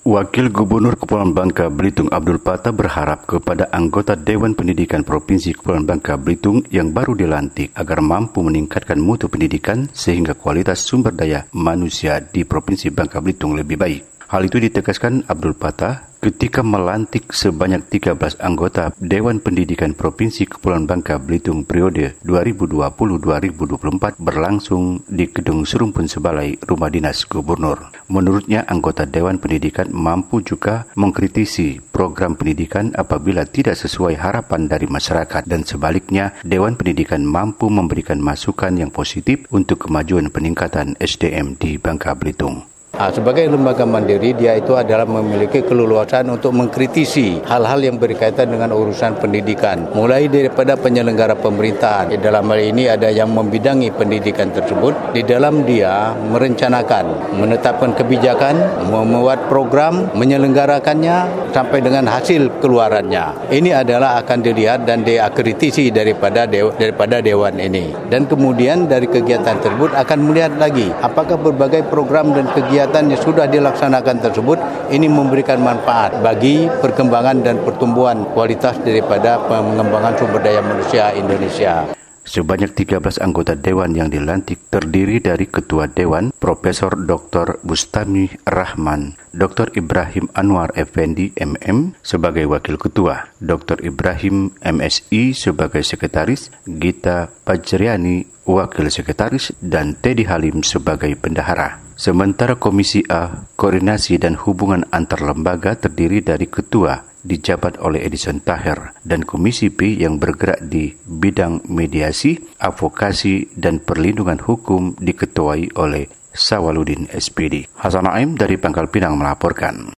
Wakil Gubernur Kepulauan Bangka Belitung Abdul Patah berharap kepada anggota Dewan Pendidikan Provinsi Kepulauan Bangka Belitung yang baru dilantik agar mampu meningkatkan mutu pendidikan sehingga kualitas sumber daya manusia di Provinsi Bangka Belitung lebih baik. Hal itu ditegaskan Abdul Patah ketika melantik sebanyak 13 anggota Dewan Pendidikan Provinsi Kepulauan Bangka Belitung periode 2020-2024 berlangsung di Gedung Serumpun Sebalai Rumah Dinas Gubernur. Menurutnya, anggota Dewan Pendidikan mampu juga mengkritisi program pendidikan apabila tidak sesuai harapan dari masyarakat, dan sebaliknya, Dewan Pendidikan mampu memberikan masukan yang positif untuk kemajuan peningkatan SDM di Bangka Belitung. Sebagai lembaga mandiri, dia itu adalah memiliki keleluasaan untuk mengkritisi hal-hal yang berkaitan dengan urusan pendidikan. Mulai daripada penyelenggara pemerintahan. Di dalam hal ini ada yang membidangi pendidikan tersebut. Di dalam dia merencanakan, menetapkan kebijakan, membuat program, menyelenggarakannya sampai dengan hasil keluarannya. Ini adalah akan dilihat dan diakritisi daripada dewan ini. Dan kemudian dari kegiatan tersebut akan melihat lagi apakah berbagai program dan kegiatan yang sudah dilaksanakan tersebut ini memberikan manfaat bagi perkembangan dan pertumbuhan kualitas daripada pengembangan sumber daya manusia Indonesia. Sebanyak 13 anggota Dewan yang dilantik terdiri dari Ketua Dewan Profesor Dr. Bustami Rahman, Dr. Ibrahim Anwar Effendi MM sebagai Wakil Ketua, Dr. Ibrahim MSI sebagai Sekretaris, Gita Pajriani Wakil Sekretaris, dan Teddy Halim sebagai Bendahara. Sementara Komisi A, Koordinasi dan Hubungan Antar Lembaga terdiri dari Ketua dijabat oleh Edison Taher, dan Komisi B yang bergerak di bidang mediasi, advokasi, dan perlindungan hukum diketuai oleh Sawaludin SPD. Hasan Naim dari Pangkal Pinang melaporkan.